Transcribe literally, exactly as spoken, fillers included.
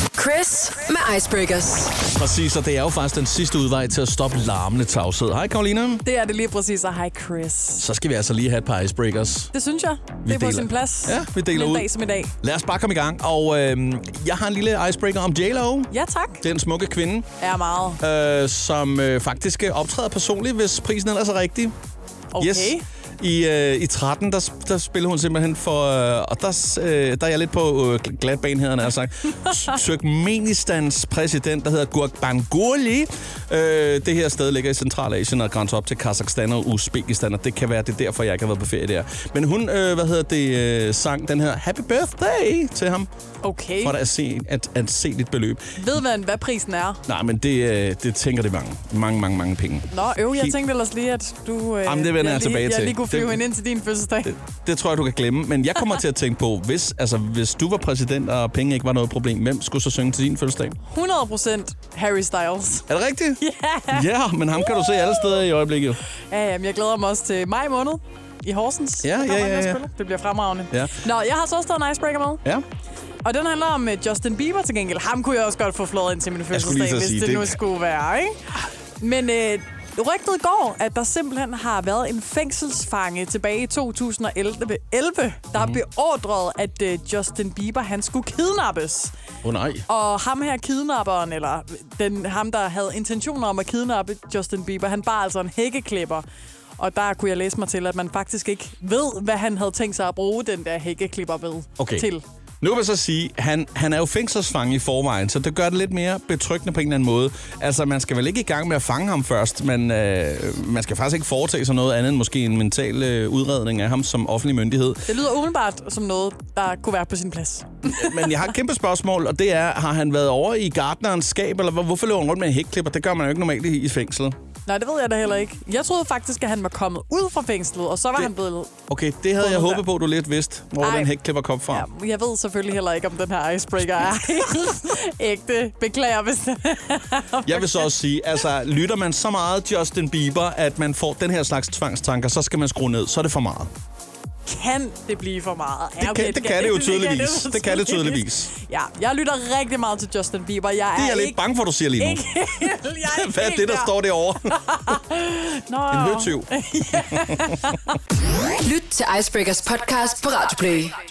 Chris med Icebreakers. Præcis, og det er jo faktisk den sidste udvej til at stoppe larmende tavshed. Hej Karolina. Det er det lige præcis, og hej Chris. Så skal vi altså lige have et par icebreakers. Det synes jeg. Vi det er på deler. sin plads. Ja, vi deler en ud. En dag som i dag. Lad os bare komme i gang. Og øh, jeg har en lille icebreaker om J Lo. Ja, tak. Den smukke kvinde, Er meget. øh, som øh, faktisk optræder personligt, hvis prisen ellers er rigtig. Okay. Yes. I, øh, I tretten, der, der spiller hun simpelthen for... Øh, og der, øh, der er jeg lidt på øh, glatbanen, havde jeg sagt. Turkmenistans præsident, der hedder Gurbanguly. Øh, det her sted ligger i Centralasien og grænser op til Kazakhstan og Uzbekistan, og det kan være, det er derfor, jeg ikke har været på ferie der. Men hun, øh, hvad hedder det, øh, sang den her Happy Birthday til ham. Okay. For at se, at, at se lidt beløb. Ved man, hvad prisen er? Nej, men det, øh, det tænker det mange. Mange, mange, mange penge. Nå, øv, jeg Helt- tænkte ellers lige, at du... Øh, Jamen, det vender jeg lige, tilbage jeg til. lige kunne flyve Det- hende ind til din fødselsdag. Det, det tror jeg, du kan glemme. Men jeg kommer til at tænke på, hvis, altså, hvis du var præsident, og penge ikke var noget problem, hvem skulle så synge til din fødselsdag? hundrede procent Harry Styles. Er det rigtigt? Ja. Ja, men ham kan du se alle steder i øjeblikket. Ja, jamen, jeg glæder mig også til maj måned i Horsens. Ja, Der kommer ja, han ja, og ja. spiller. Det bliver fremragende. Ja. Nå, jeg har så også taget en icebreaker med. Ja. Og den handler om uh, Justin Bieber til gengæld. Ham kunne jeg også godt få flået ind til min Jeg skulle lige fødselsdag, så hvis sige, det, det- nu skulle være, ikke? Men øh, rygtet går, at der simpelthen har været en fængselsfange tilbage i to tusind og elleve, der Mhm. beordrede, at øh, Justin Bieber han skulle kidnappes. Åh oh, nej. Og ham her kidnapperen, eller den, ham, der havde intentioner om at kidnappe Justin Bieber, han bar altså en hækkeklipper. Og der kunne jeg læse mig til, at man faktisk ikke ved, hvad han havde tænkt sig at bruge den der hækkeklipper ved Okay. til. Nu vil jeg så sige, han, han er jo fængselsfange i forvejen, så det gør det lidt mere betryggende på en eller anden måde. Altså, man skal vel ikke i gang med at fange ham først, men øh, man skal faktisk ikke foretage sig noget andet end måske en mental øh, udredning af ham som offentlig myndighed. Det lyder umiddelbart som noget, der kunne være på sin plads. Men jeg har et kæmpe spørgsmål, og det er, har han været over i gartnerens skab, eller hvor- hvorfor løber han rundt med en hækklipper? Det gør man jo ikke normalt i, i fængslet. Nej, det ved jeg da heller ikke. Jeg troede faktisk, at han var kommet ud fra fængslet, og så var det... han blevet... Okay, det havde jeg Fundet håbet på, at du lidt vidste, hvor Ej. den hækklipper kom fra. Ja, jeg ved selvfølgelig heller ikke, om den her icebreaker er helt ægte. Beklager, hvis den Jeg vil så også sige, altså, lytter man så meget Justin Bieber, at man får den her slags tvangstanker, så skal man skrue ned, så er det for meget. kan det blive for meget. Det Ja, kan- det kan det jo tydeligvis. jo Det kan det tydeligvis. Ja, jeg lytter rigtig meget til Justin Bieber. Jeg Det er er jeg lidt ikke... bange for, du siger lige nu. Ikke, jeg er Hvad er helt det, der står derovre? Nå. En høtyv. Lyt til Icebreakers podcast på Radio Play.